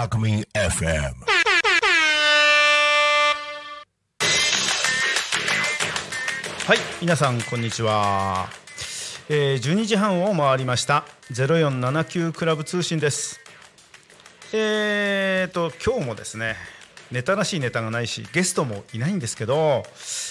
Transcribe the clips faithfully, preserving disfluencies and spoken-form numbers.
タコミン エフエム。 はい、皆さんこんにちは。えー、じゅうにじはんを回りました。ゼロよんななきゅうクラブ通信です。えーと今日もですね、ネタらしいネタがないしゲストもいないんですけど、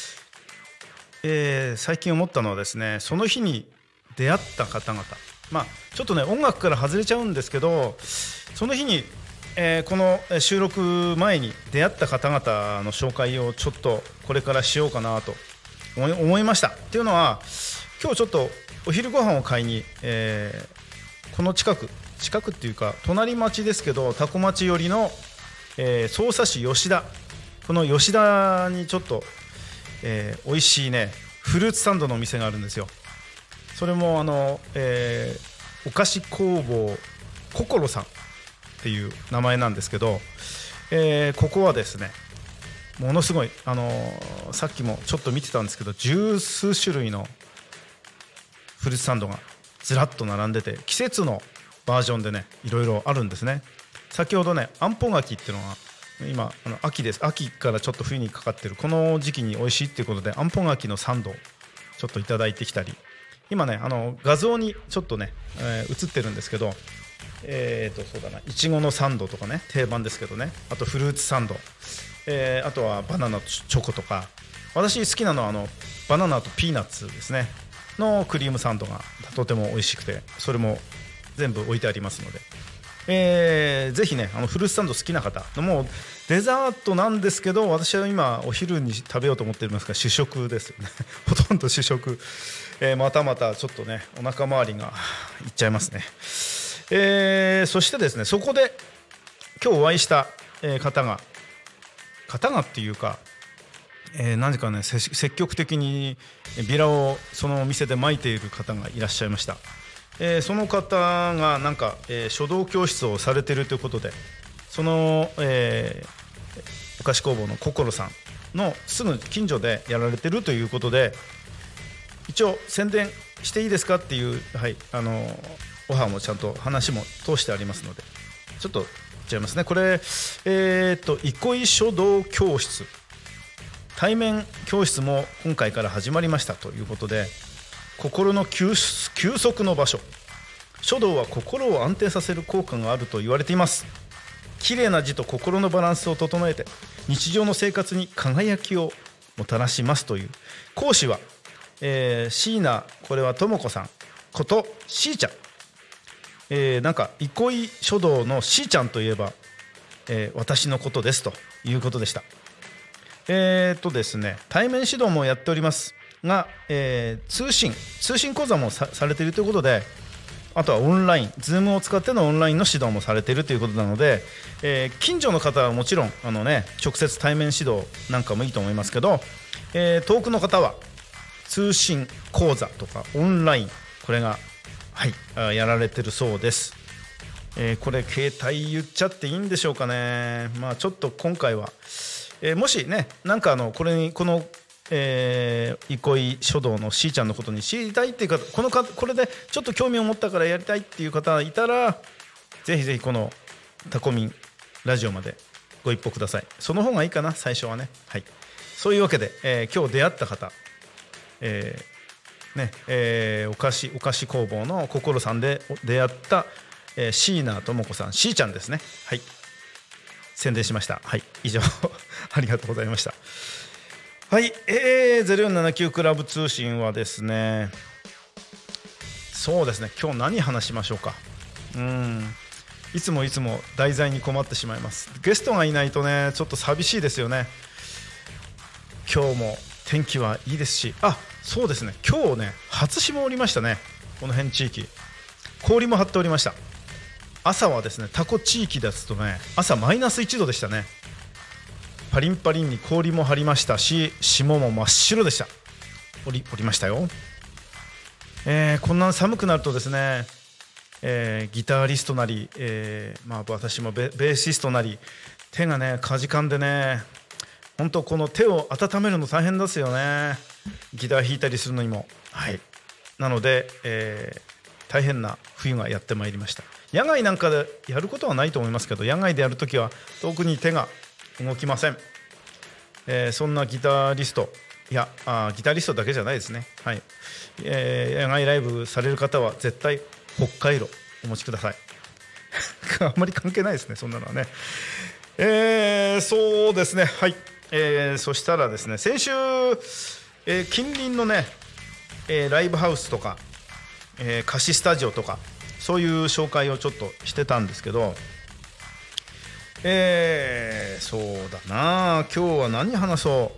えー、最近思ったのはですね、その日に出会った方々、まあちょっとね音楽から外れちゃうんですけど、その日に、えー、この収録前に出会った方々の紹介をちょっとこれからしようかなと思い、思いました。っていうのは、今日ちょっとお昼ご飯を買いに、えー、この近く近くっていうか隣町ですけど、多古町寄りの、えー、匝瑳市吉田、この吉田にちょっと、えー、美味しいねフルーツサンドのお店があるんですよ。それもあの、えー、お菓子工房こころさんっていう名前なんですけど、えー、ここはですね、ものすごい、あのー、さっきもちょっと見てたんですけど、十数種類のフルーツサンドがずらっと並んでて、季節のバージョンでねいろいろあるんですね。先ほどねあんぽ柿っていうのが今あの秋です。秋からちょっと冬にかかってるこの時期に美味しいっていうことで、あんぽ柿のサンドをちょっといただいてきたり、今ねあの画像にちょっとね、えー、映ってるんですけど、えーとそうだな、いちごのサンドとかね定番ですけどね、あとフルーツサンド、えー、あとはバナナとチョコとか、私好きなのはあのバナナとピーナッツですねのクリームサンドがとても美味しくて、それも全部置いてありますので、えー、ぜひねあのフルーツサンド好きな方、もうデザートなんですけど、私は今お昼に食べようと思っていますが主食ですよねほとんど主食、えー、またまたちょっとねお腹周りがいっちゃいますね。えー、そしてですね、そこで今日お会いした、えー、方が方がっていうか、えー、何かね積極的にビラをそのお店で撒いている方がいらっしゃいました。えー、その方がなんか、えー、書道教室をされているということで、その、えー、お菓子工房のこころさんのすぐ近所でやられているということで、一応宣伝していいですかっていう、はい、あのオファーもちゃんと話も通してありますので、ちょっと言っちゃいますね。これ、えー、と憩い書道教室対面教室も今回から始まりましたということで、心の休息の場所、書道は心を安定させる効果があると言われています。綺麗な字と心のバランスを整えて日常の生活に輝きをもたらしますという。講師は、えー、椎名これは智子さんことしーちゃん、えー、なんか憩い書道のしーちゃんといえば、えー、私のことですということでした。えーとですね、対面指導もやっておりますが、えー、通信通信講座も さ, されているということで、あとはオンライン Zoom を使ってのオンラインの指導もされているということなので、えー、近所の方はもちろんあの、ね、直接対面指導なんかもいいと思いますけど、えー、遠くの方は通信講座とかオンライン、これが、はい、やられてるそうです。えー、これ携帯言っちゃっていいんでしょうかね。まあちょっと今回は、えー、もしねなんかあのこれにこのえー、憩い書道のしーちゃんのことに知りたいっていう方、このかこれでちょっと興味を持ったからやりたいっていう方いたら、ぜひぜひこのタコミンラジオまでご一報ください。その方がいいかな最初はね。はい、そういうわけで、えー、今日出会った方、えーねえー、お菓子お菓子工房のこころさんで出会った、えー、椎名智子さん、しーちゃんですね。はい、宣伝しました。はい、以上ありがとうございました。はい、えー、ゼロよんななきゅうクラブ通信はですね、そうですね、今日何話しましょうか。うーんいつもいつも題材に困ってしまいます。ゲストがいないとねちょっと寂しいですよね。今日も天気はいいですし、あ、そうですね、今日ね初霜降りましたね。この辺地域氷も張っておりました。朝はですねタコ地域ですとね朝マイナスいちどでしたね。パリンパリンに氷も張りましたし、霜も真っ白でした。降り、降りましたよ。えー、こんな寒くなるとですね、えー、ギタリストなり、えーまあ、私も ベ, ベーシストなり手がねかじかんでね、本当この手を温めるの大変ですよね。ギター弾いたりするのにも。はい、なので、えー、大変な冬がやってまいりました。 野外なんかでやることはないと思いますけど、野外でやるときは特に手が動きません。えー、そんなギタリスト、いやあギタリストだけじゃないですね、はい。えー、野外ライブされる方は絶対北海道お持ちくださいあんまり関係ないですね、そんなのはね。えー、そうですね、はい。えー、そしたらですね、先週、えー、近隣のね、えー、ライブハウスとか、えー、貸しスタジオとかそういう紹介をちょっとしてたんですけど、えー、そうだな、今日は何話そう。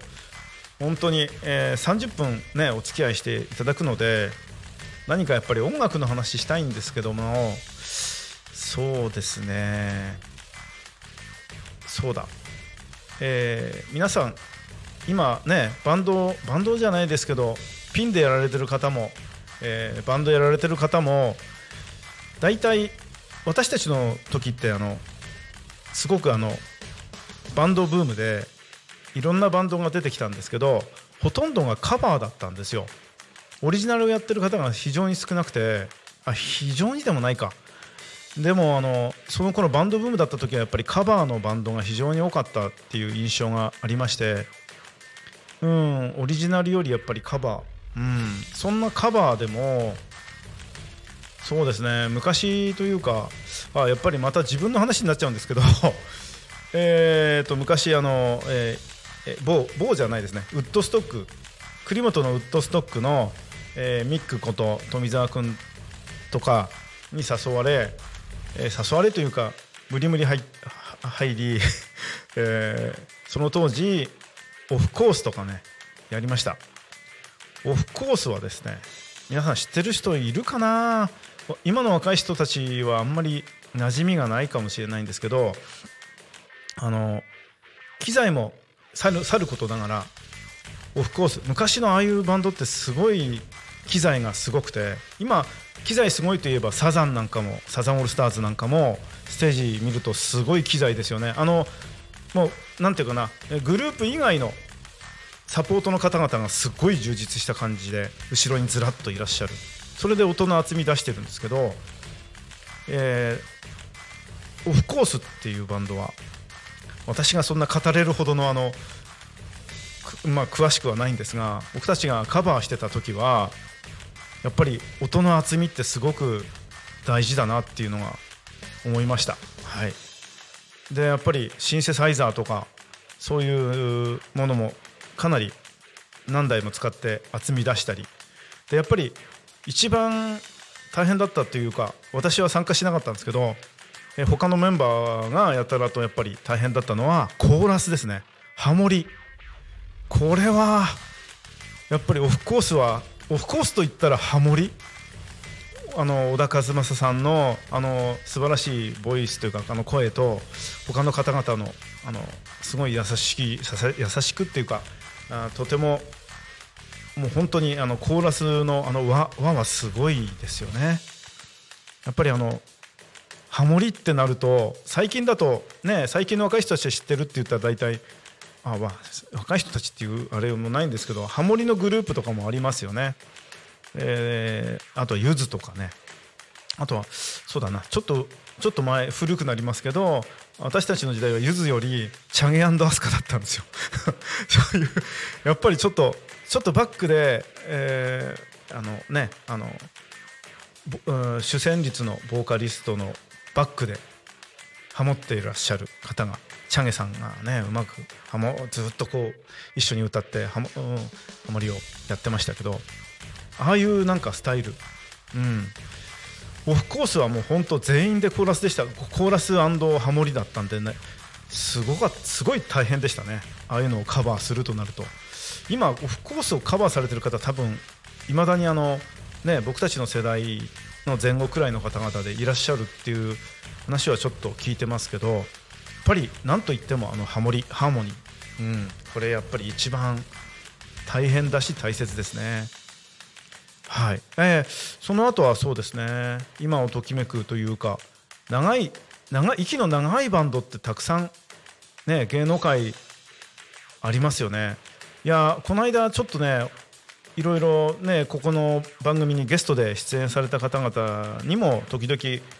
本当に、えー、さんじゅっぷんねお付き合いしていただくので、何かやっぱり音楽の話したいんですけども、そうですね、そうだ、えー、皆さん今ねバンドバンドじゃないですけどピンでやられてる方も、えー、バンドやられてる方もだいたい私たちの時ってあのすごくあのバンドブームでいろんなバンドが出てきたんですけど、ほとんどがカバーだったんですよ。オリジナルをやってる方が非常に少なくて、あ非常にでもないか、でもあのその頃バンドブームだった時はやっぱりカバーのバンドが非常に多かったっていう印象がありまして、うんオリジナルよりやっぱりカバー、うん、そんなカバーでもそうですね、昔というか、あやっぱりまた自分の話になっちゃうんですけどえーと昔あの、えーえ某某じゃないですね、ウッドストック、栗本のウッドストックの、えー、ミックこと富澤君とかに誘われ、えー、誘われというか無理無理入入り、えー、その当時オフコースとかねやりました。オフコースはですね、皆さん知ってる人いるかな。今の若い人たちはあんまり馴染みがないかもしれないんですけど、あの機材もさる、さることながらオフコース、昔のああいうバンドってすごい機材がすごくて、今機材すごいといえばサザンなんかもサザンオールスターズなんかもステージ見るとすごい機材ですよね。あのもうなんていうかな、グループ以外のサポートの方々がすごい充実した感じで後ろにずらっといらっしゃる。それで音の厚み出してるんですけど、えー、オフコースっていうバンドは私がそんな語れるほどのあの、まあ、詳しくはないんですが、僕たちがカバーしてた時はやっぱり音の厚みってすごく大事だなっていうのが思いました。はい。でやっぱりシンセサイザーとかそういうものもかなり何台も使って厚み出したりで、やっぱり一番大変だったっていうか、私は参加しなかったんですけど、え他のメンバーがやたらとやっぱり大変だったのはコーラスですね。ハモリ、これはやっぱりオフコースはオフコースといったらハモリ、あの小田和正さんのあの素晴らしいボイスというかあの声と他の方々のあのすごい優しき優しくっていうか、あとてももう本当にあのコーラスのあの和和はすごいですよね。やっぱりあのハモリってなると最近だとね、最近の若い人たちは知ってるって言ったら大体あ、まあ、若い人たちっていうあれもないんですけど、ハモリのグループとかもありますよね。えー、あとはゆずとかね、あとはそうだな、ちょっとちょっと前古くなりますけど、私たちの時代はゆずよりチャゲ&アスカだったんですよそういうやっぱりちょっとちょっとバックで、えー、あのねあの主旋律のボーカリストのバックでハモっていらっしゃる方がチャゲさんがねうまくハモずっとこう一緒に歌ってハモ、うん、ハモリをやってましたけど、ああいうなんかスタイル、うん、オフコースはもう本当全員でコーラスでした。コーラス&ハモリだったんでね、すごかすごい大変でしたね。ああいうのをカバーするとなると、今オフコースをカバーされてる方多分いまだにあのね僕たちの世代の前後くらいの方々でいらっしゃるっていう話はちょっと聞いてますけど、やっぱり何といってもあのハモリハーモニー、うん、これやっぱり一番大変だし大切ですね。はい、えー、その後はそうですね、今をときめくというか長い長い息の長いバンドってたくさんね芸能界ありますよね。いやこの間ちょっとねいろいろねここの番組にゲストで出演された方々にも時々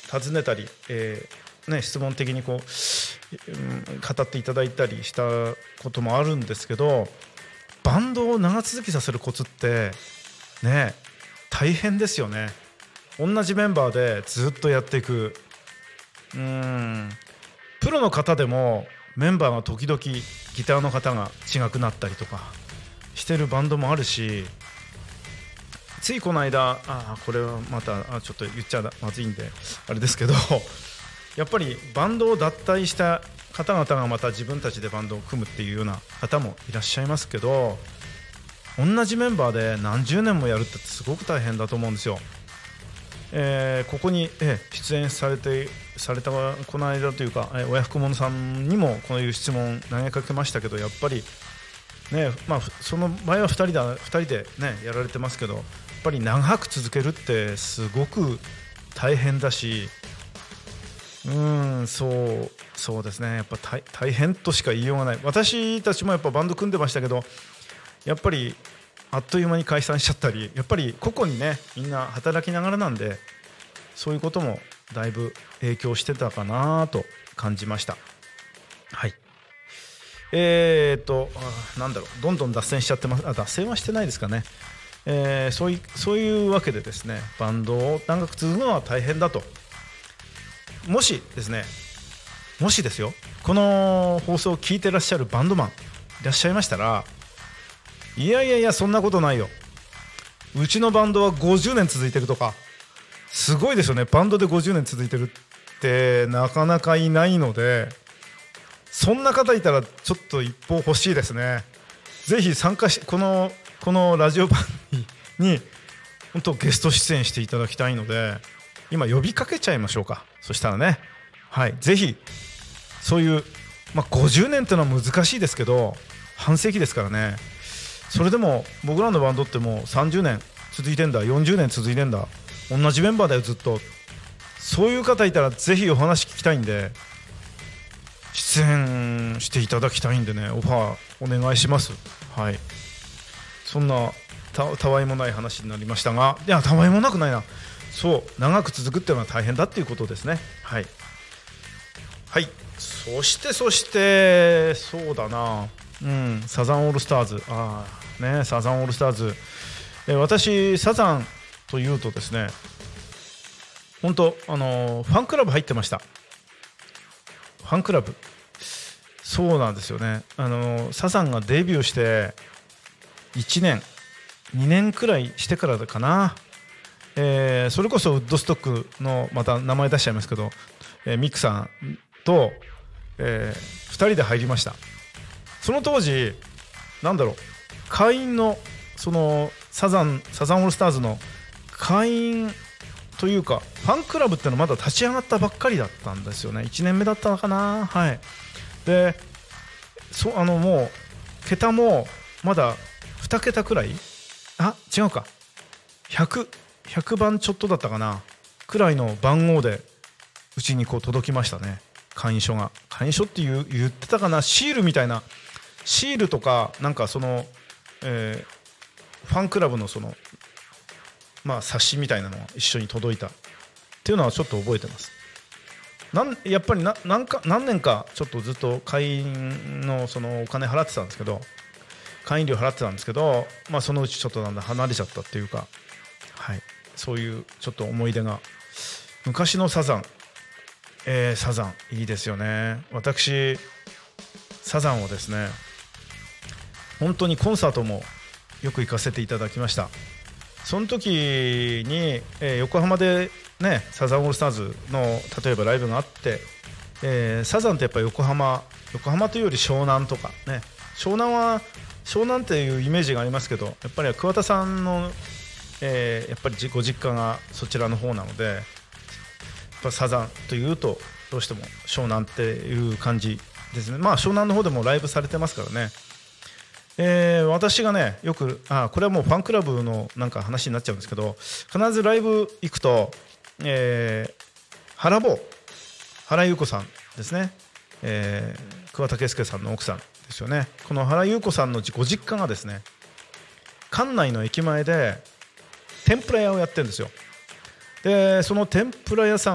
尋ねたり、えーね、質問的にこう、うん、語っていただいたりしたこともあるんですけど、バンドを長続きさせるコツってね大変ですよね。同じメンバーでずっとやっていく。うーんプロの方でもメンバーが時々ギターの方が違くなったりとかしてるバンドもあるし、ついこの間あこれはまたあちょっと言っちゃまずいんであれですけどやっぱりバンドを脱退した方々がまた自分たちでバンドを組むっていうような方もいらっしゃいますけど、同じメンバーで何十年もやるってすごく大変だと思うんですよ。えー、ここに、えー、出演されてされたこの間というか、えー、親福者さんにもこういう質問投げかけましたけど、やっぱりね、まあ、その場合はふたりだふたりで、ね、やられてますけど、やっぱり長く続けるってすごく大変だし、うーんそうそうですね、やっぱ 大, 大変としか言いようがない。私たちもやっぱバンド組んでましたけど、やっぱりあっという間に解散しちゃったり、やっぱり個々にねみんな働きながらなんで、そういうこともだいぶ影響してたかなと感じました。はい。えー、っとなんだろうどんどん脱線しちゃってます。あ脱線はしてないですかね。えー、そういそういうわけでですね、バンドを長く続くのは大変だと。もしですねもしですよこの放送を聞いてらっしゃるバンドマンいらっしゃいましたら、いやいやいやそんなことないよ、うちのバンドはごじゅうねん続いてるとか、すごいですよね。バンドでごじゅうねん続いてるってなかなかいないので、そんな方いたらちょっと一報欲しいですね。ぜひ参加しこのこのラジオ番組に本当ゲスト出演していただきたいので、今呼びかけちゃいましょうか。そしたらね、はい、ぜひそういう、まあ、ごじゅうねんってのは難しいですけど半世紀ですからね。それでも僕らのバンドってもうさんじゅうねん続いてんだ、よんじゅうねん続いてんだ、同じメンバーだよずっと。そういう方いたらぜひお話聞きたいんで、出演していただきたいんでね、オファーお願いします。はい。そんな た, たわいもない話になりましたが、いやたわいもなくないな。そう長く続くっていうのは大変だっていうことですね。はいはい。そしてそしてそうだな、うん、サザンオールスターズ、あーねサザンオールスターズ、え私サザンというとですね、本当あのファンクラブ入ってました。ファンクラブ、そうなんですよね。あのサザンがデビューしていちねんにねんくらいしてからかな、えー、それこそウッドストックのまた名前出しちゃいますけど、えー、ミクさんと、えー、ふたりで入りました。その当時なんだろう会員のそのサザンサザンオールスターズの会員というかファンクラブってのはまだ立ち上がったばっかりだったんですよね。いちねんめだったのかな。はい。でそあのもう桁もまだに桁くらい、あ違うかひゃく、ひゃくばんちょっとだったかなくらいの番号でうちにこう届きましたね。会員証が会員証って言う言ってたかな、シールみたいなシールとかなんかその、えー、ファンクラブのそのまあ冊子みたいなのが一緒に届いたっていうのはちょっと覚えてます。なんやっぱりな何か何年かちょっとずっと会員のそのお金払ってたんですけど、会員料払ってたんですけど、まあそのうちちょっとなんだ離れちゃったっていうか、はい、そういうちょっと思い出が。昔のサザン、えー、サザンいいですよね。私サザンをですね本当にコンサートもよく行かせていただきました。その時に、えー、横浜でねサザンオールスターズの例えばライブがあって、えー、サザンってやっぱり横浜横浜というより湘南とかね、湘南は湘南っていうイメージがありますけど、やっぱり桑田さんの、えー、やっぱりご実家がそちらの方なので、やっぱサザンというとどうしても湘南っていう感じですね。まあ湘南の方でもライブされてますからね。えー、私がねよくあこれはもうファンクラブのなんか話になっちゃうんですけど、必ずライブ行くと、えー、原坊原由子さんですね、えー、桑田佳祐さんの奥さんですよね。この原由子さんのご実家がですね関内の駅前で天ぷら屋をやってるんですよ。でその天ぷら屋さん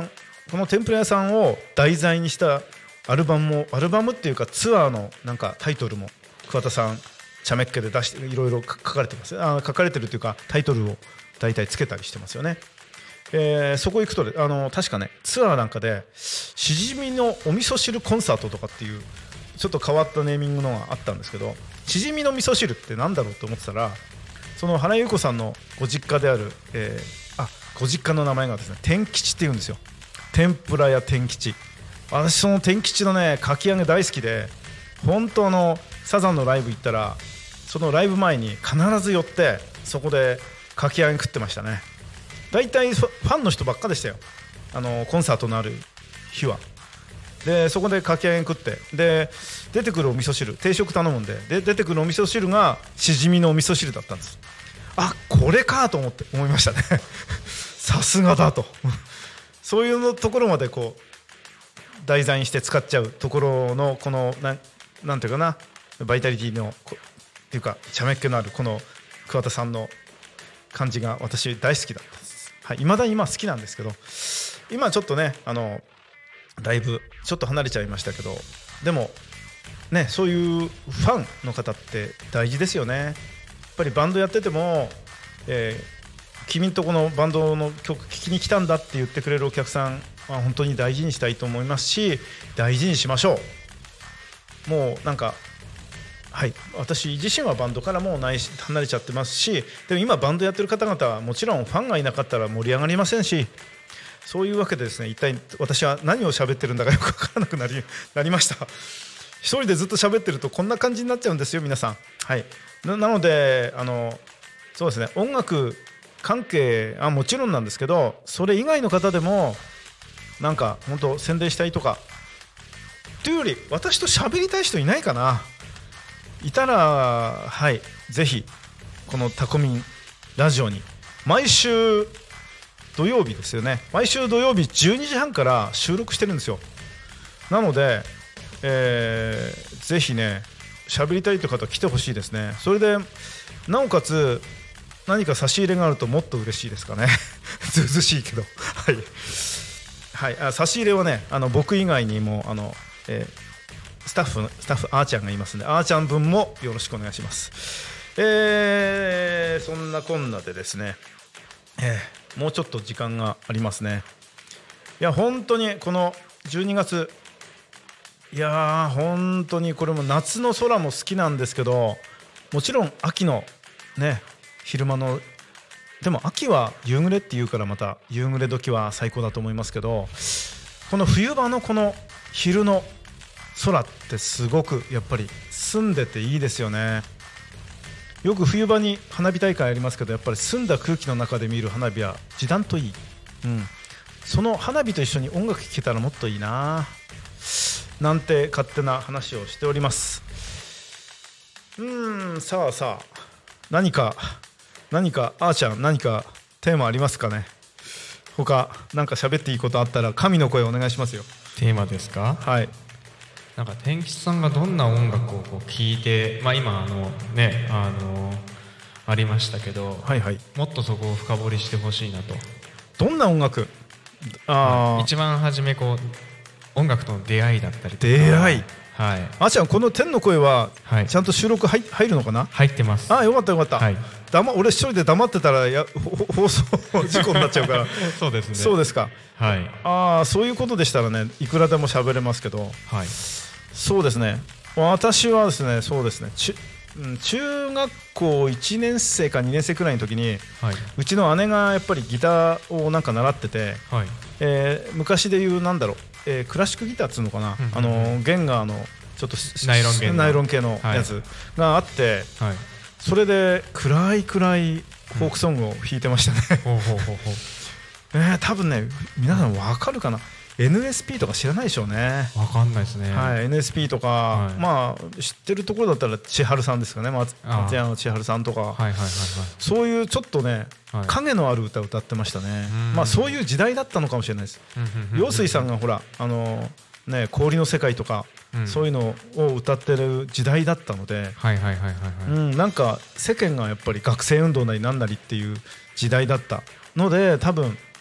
この天ぷら屋さんを題材にしたアルバムもアルバムっていうかツアーのなんかタイトルも桑田さん茶目っ気で出していろいろ書かれてます。あ書かれてるというかタイトルを大体つけたりしてますよね。えー、そこ行くとあの確かねツアーなんかでしじみのお味噌汁コンサートとかっていうちょっと変わったネーミングのがあったんですけど、しじみの味噌汁ってなんだろうと思ってたら、その原由子さんのご実家である、えー、あご実家の名前がですね天吉っていうんですよ。天ぷら屋天吉。私その天吉のねかき揚げ大好きで、本当あのサザンのライブ行ったらそのライブ前に必ず寄ってそこでかき揚げ食ってましたね。だいたいファンの人ばっかでしたよ、あのコンサートのある日は。でそこでかき揚げ食って、で出てくるお味噌汁定食頼むんで、で出てくるお味噌汁がしじみのお味噌汁だったんです。あこれかと思って思いましたねさすがだとそういうのところまでこう題材にして使っちゃうところのこのななんていうかなバイタリティのっていうか茶目っ気のあるこの桑田さんの感じが私大好きだったんです。はい、未だに今好きなんですけど、今ちょっとねあのだいぶちょっと離れちゃいましたけど、でもねそういうファンの方って大事ですよね。やっぱりバンドやってても、えー、君んとこのバンドの曲聴きに来たんだって言ってくれるお客さんは本当に大事にしたいと思いますし、大事にしましょう。もうなんかはい、私自身はバンドからもうないし離れちゃってますし、でも今バンドやってる方々はもちろんファンがいなかったら盛り上がりませんし、そういうわけでですね一体私は何を喋ってるんだかよく分からなくなり、なりました。一人でずっと喋ってるとこんな感じになっちゃうんですよ皆さん。はい、な, なのであのそうですね音楽関係はもちろんなんですけど、それ以外の方でもなんか本当宣伝したいとかというより私と喋りたい人いないかな。いたらはいぜひこのタコミンラジオに毎週土曜日ですよね、毎週土曜日じゅうにじはんから収録してるんですよ。なので、えー、ぜひね喋りたいという方来てほしいですね。それでなおかつ何か差し入れがあるともっと嬉しいですかねずうずしいけどはい、はい、あ差し入れはねあの僕以外にもあの、えースタッフスタッフあーちゃんがいますので、あーちゃん分もよろしくお願いします。えー、そんなこんなでですね、えー、もうちょっと時間がありますね。いや本当にこのじゅうにがつ、いや本当にこれも夏の空も好きなんですけど、もちろん秋のね昼間のでも秋は夕暮れっていうからまた夕暮れ時は最高だと思いますけど、この冬場のこの昼の空ってすごくやっぱり澄んでていいですよね。よく冬場に花火大会ありますけど、やっぱり澄んだ空気の中で見る花火は時短といい、うん、その花火と一緒に音楽聴けたらもっといいななんて勝手な話をしております。うーんさあさあ何か何かあーちゃん何かテーマありますかね。他何か喋っていいことあったら神の声お願いしますよ。 テーマですか。 はい、 なんか天吉さんがどんな音楽をこう聴いて、まあ、今あのねあのありましたけど、 はいはい、 もっとそこを深掘りしてほしいなと。 どんな音楽、あ、 一番初めこう音楽との出会いだったりとか。 出会い、 はい、 あーちゃんこの天の声ははいちゃんと収録入入るのかな。 入ってます。 ああよかったよかった、 はい、 だま俺一人で黙ってたらや放送事故になっちゃうからそうですね。 そうですか。 はい、 ああそういうことでしたらねいくらでも喋れますけど、 はい、 そうですね私はですねそうですね中、うん、中学校いちねん生かにねん生くらいの時に、 はい、 うちの姉がやっぱりギターをなんか習ってて、 はい、 えー、昔でいうなんだろう、えー、クラシックギターっつうのかな、 うんうんうん、 あのゲンガーのちょっとナイロン系のナイロン系のやつがあって、はい、それで暗い暗いフォークソングを弾いてましたね、うん、ほうほうほうほうえー、多分ね皆さん分かるかな、エヌエスピー とか知らないでしょうね。 分かんないですね、 はい、エヌエスピー とか、はい、まあ知ってるところだったら千春さんですかね、松山千春さんとか、はいはいはいはい、そういうちょっとね、はい、影のある歌を歌ってましたね。まあそういう時代だったのかもしれないです。陽水さんがほらあのね氷の世界とか、うん、そういうのを歌ってる時代だったので、はいはいはいはい、うん、なんか世間がやっぱり学生運動なりなんなりっていう時代だったので、多分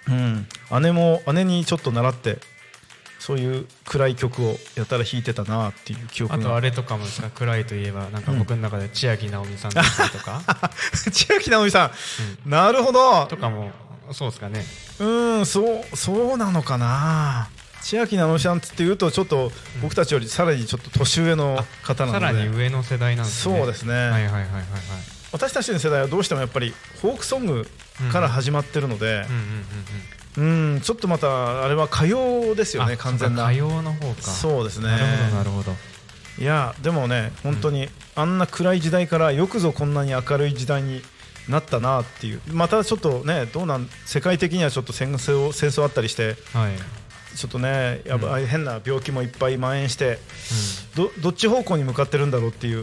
うん、姉も姉にちょっと習ってそういう暗い曲をやたら弾いてたなっていう記憶が。 あとあれとかもですか、暗いといえばなんか僕の中で千秋直美さんだったりとか千秋直美さん、うん、なるほどとかもそうですかね。 うんそうそうなのかな。千秋直美さんっていうとちょっと僕たちよりさらにちょっと年上の方なので、 さらに上の世代なんですね。 そうですね、はいはいはいはい、私たちの世代はどうしてもやっぱりフォークソングから始まってるので、うんちょっとまたあれは歌謡ですよね。完全な歌謡の方か。 そうですね。 なるほどなるほど。 いやでもね本当にあんな暗い時代からよくぞこんなに明るい時代になったなっていう。またちょっとねどうなん世界的にはちょっと戦争戦争あったりして、はい、ちょっとねやばい、うん、変な病気もいっぱい蔓延して、うん、ど, どっち方向に向かってるんだろうっていう、うん、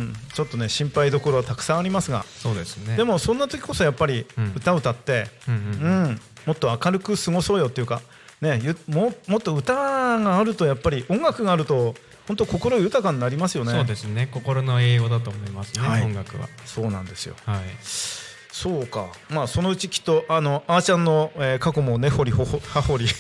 ちょっとね心配どころはたくさんありますが、 そうですね。 でもそんな時こそやっぱり歌を歌って、うんうんうん、もっと明るく過ごそうよっていうか、ね、も, もっと歌があるとやっぱり音楽があると本当心豊かになりますよね。 そうですね。心の栄養だと思いますね、はい、音楽は。 そうなんですよ、 はい、 そうか。まあそのうちきっとあのあーちゃんの、えー、過去も根掘り葉掘りい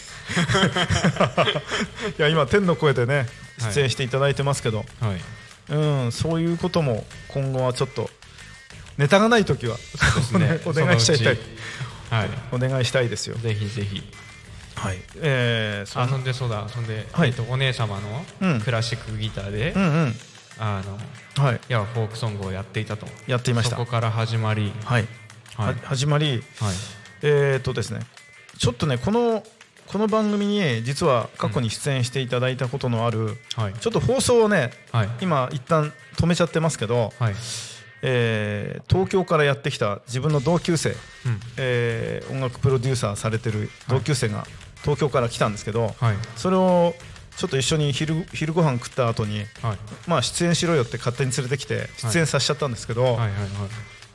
や今天の声でね出演していただいてますけど、はいはい、うんそういうことも今後はちょっとネタがないときはね、お願いしちゃいたい、はい、お願いしたいですよ。 ぜひぜひ。 はい、えー、そあそんでそうだそんで、はい、えっと、お姉様のクラシックギターで、うんうんうん、あの、はい、いやフォークソングをやっていたと。 やっていました。 そこから始まり、 はいはい、始まり、はい、えー、っとですねちょっとねこのこの番組に実は過去に出演していただいたことのある、うんはい、ちょっと放送をね、はい、今一旦止めちゃってますけど、はい、えー、東京からやってきた自分の同級生、うん、えー、音楽プロデューサーされてる同級生が東京から来たんですけど、はい、それをちょっと一緒に 昼, 昼ご飯食った後に、はい、まあ出演しろよって勝手に連れてきて出演させちゃったんですけど、はいはいはいはい、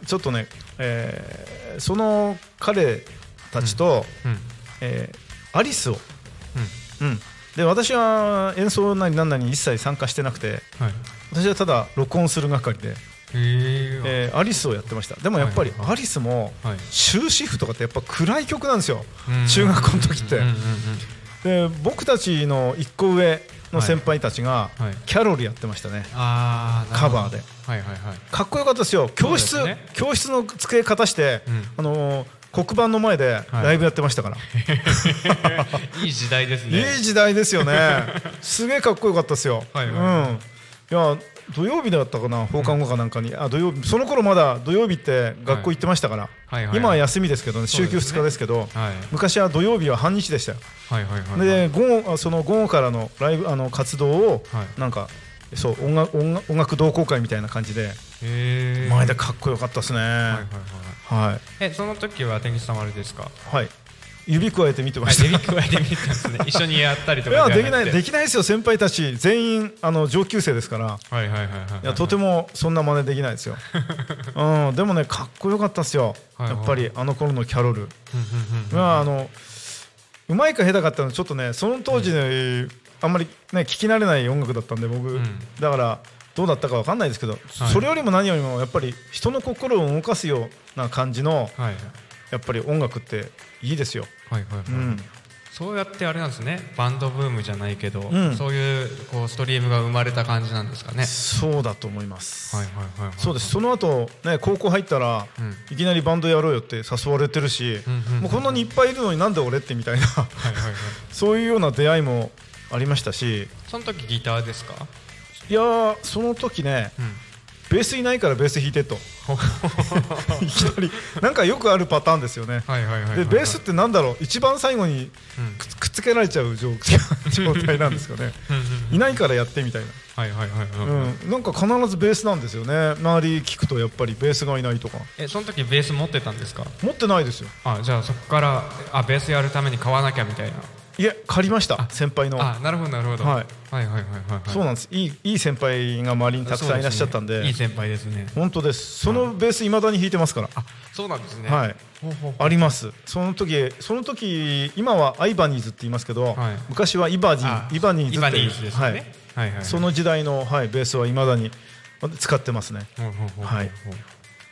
ちょっとね、えー、その彼たちと、うんうん、えー、アリスを、うんうん、で私は演奏なりなんなりに一切参加してなくて、はい、私はただ録音する係で、えー、アリスをやってました。でもやっぱりアリスも終止符とかってやっぱ暗い曲なんですよ、中学校の時って。で僕たちの一個上の先輩たちがキャロルやってましたね、はい、カバーで、はいはいはい、かっこよかったですよ。教室、ね、教室の机片して、うん、あのー、黒板の前でライブやってましたから、 はい、いい時代ですね。 いい時代ですよねすげえかっこよかったですよ、はいはいはい、うん、いや土曜日だったかな、放課後かなんかに、うん、あ土曜日、その頃まだ土曜日って学校行ってましたから、はいはいはい、今は休みですけどね、週休ふつかですけど、ね、はい、昔は土曜日は半日でしたよ、はいはいはいはい、で午後その午後からのライブあの活動を、はい、なんかそう音楽、音楽、音楽同好会みたいな感じで前でかっこよかったですね、はいはいはいはい、 えその時は天吉さんはあれですか。 はい、指くわえて見てました。 指くわえて見てたんですね一緒にやったりとか。 いやできないできないですよ。先輩たち全員あの上級生ですから、はいはいはいはい、いやとてもそんな真似できないですよ、うん、でもねかっこよかったですよ、はいはい、やっぱりあの頃のキャロルまああのうまいか下手かったのちょっとねその当時ね、うん、あんまりね聞き慣れない音楽だったんで僕、うん、だからどうだったか分かんないですけど、はい、それよりも何よりもやっぱり人の心を動かすような感じの、はい、やっぱり音楽っていいですよ、はいはいはい、うん、 そうやってあれなんですね、バンドブームじゃないけど、うん、そういうこうストリームが生まれた感じなんですかね。 そうだと思います、はいはいはいはい、そうです。その後、ね、高校入ったら、うん、いきなりバンドやろうよって誘われてるし、うんうんうんうん、もうこんなにいっぱいいるのになんで俺ってみたいなはいはい、はい、そういうような出会いもありましたし。 その時ギターですか。 いやその時ね、うん、ベースいないからベース弾いてといきなりなんかよくあるパターンですよね。でベースってなんだろう、一番最後に く, くっつけられちゃう 状, 状態なんですかねいないからやってみたいな、なんか必ずベースなんですよね。周り聞くとやっぱりベースがいないとか。 えその時ベース持ってたんですか。 持ってないですよ。 あじゃあそこからあベースやるために買わなきゃみたいな。 いや借りました、先輩の。 あなるほどなるほど、はい、はいはいはいはいそうなんです。いい、いい先輩が周りにたくさんいらっしゃったんで、 ね、いい先輩ですね。 本当です。そのベース未だに弾いてますから。 あそうなんですね。 はい、ほうほうほうあります。その時その時今はアイバニーズって言いますけど、はい、昔はイバニーイバニーズっていう、 ですね、はいはいはいはい、 その時代の、はい、ベースは未だに使ってますね。はい。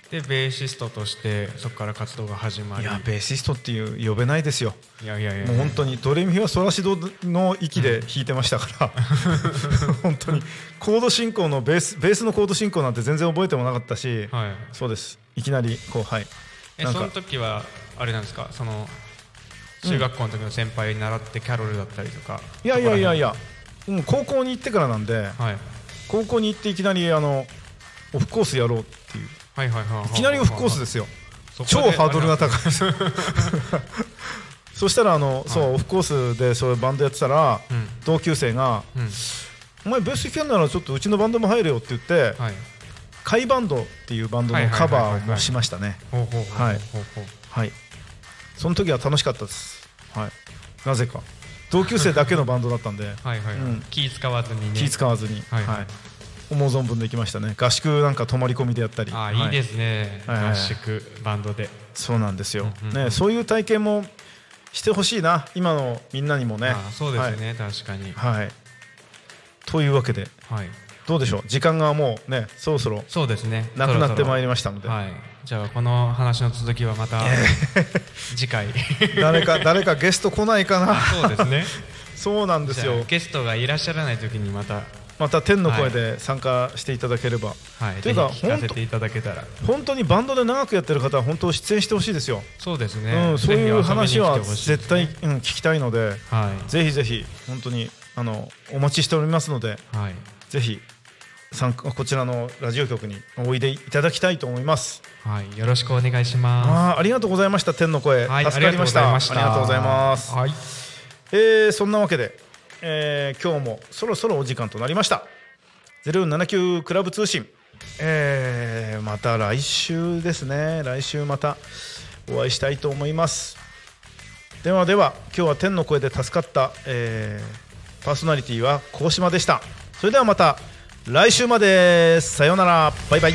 でベーシストとしてそこから活動が始まり、 いやベーシストっていう呼べないですよ。 いやいやいやもう本当にドレミファソラシドの域で弾いてましたから、うん、本当にコード進行のベースベースのコード進行なんて全然覚えてもなかったし、はい、そうです。いきなりこうはい。 えその時はあれなんですか、その中学校の時の先輩に習ってキャロルだったりとか、 うん、いやいやいやいや、うん、高校に行ってからなんで、はい、高校に行っていきなりあのオフコースやろうっていう、はいはいはい、いきなりオフコースですよ。超ハードルが高いですそしたらあの、はい、そうオフコースでそういうバンドやってたら、うん、同級生が、うん、お前ベース弾けんならちょっとうちのバンドも入れよって言って、はい、カイバンドっていうバンドのカバーもしましたね。はいはい、その時は楽しかったです、はい、なぜか同級生だけのバンドだったんではいはい、うん、 気使わずにね、 気使わずに、はいはいはい、思う存分で行きましたね。合宿なんか泊まり込みでやったり。 あ、はい、いいですね、はい、合宿バンドで。 そうなんですよ、うんうんうん、ね、そういう体験もしてほしいな、今のみんなにもね。 あ、そうですね、はい、確かに、 はい、というわけで、はい、どうでしょう、時間がもうねそろそろそうですねなくなってまいりましたので、 はい、じゃあこの話の続きはまた次回誰か誰かゲスト来ないかなそうですねそうなんですよ。 ゲストがいらっしゃらない時にまたまた天の声で参加していただければ、 はい、というか聞かせていただけたら、 本当にバンドで長くやってる方は本当出演してほしいですよ。 そうですね、 うん、そういう話は絶対、うん、聞きたいので、はい、ぜひぜひ本当にあのお待ちしておりますので、はい、ぜひ参加こちらのラジオ局においでいただきたいと思います。 はい、よろしくお願いします。 あ、ありがとうございました。天の声、はい、助かりました。ありがとうございます。はい、えー、そんなわけで、えー、今日もそろそろお時間となりました。ゼロよんななきゅうクラブ通信、えー、また来週ですね。来週またお会いしたいと思います。ではでは、今日は天の声で助かった、えー、パーソナリティは高島でした。それではまた来週まで。さようなら、バイバイ。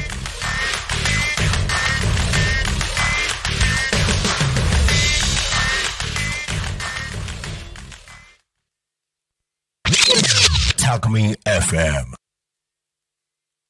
タクミン エフエム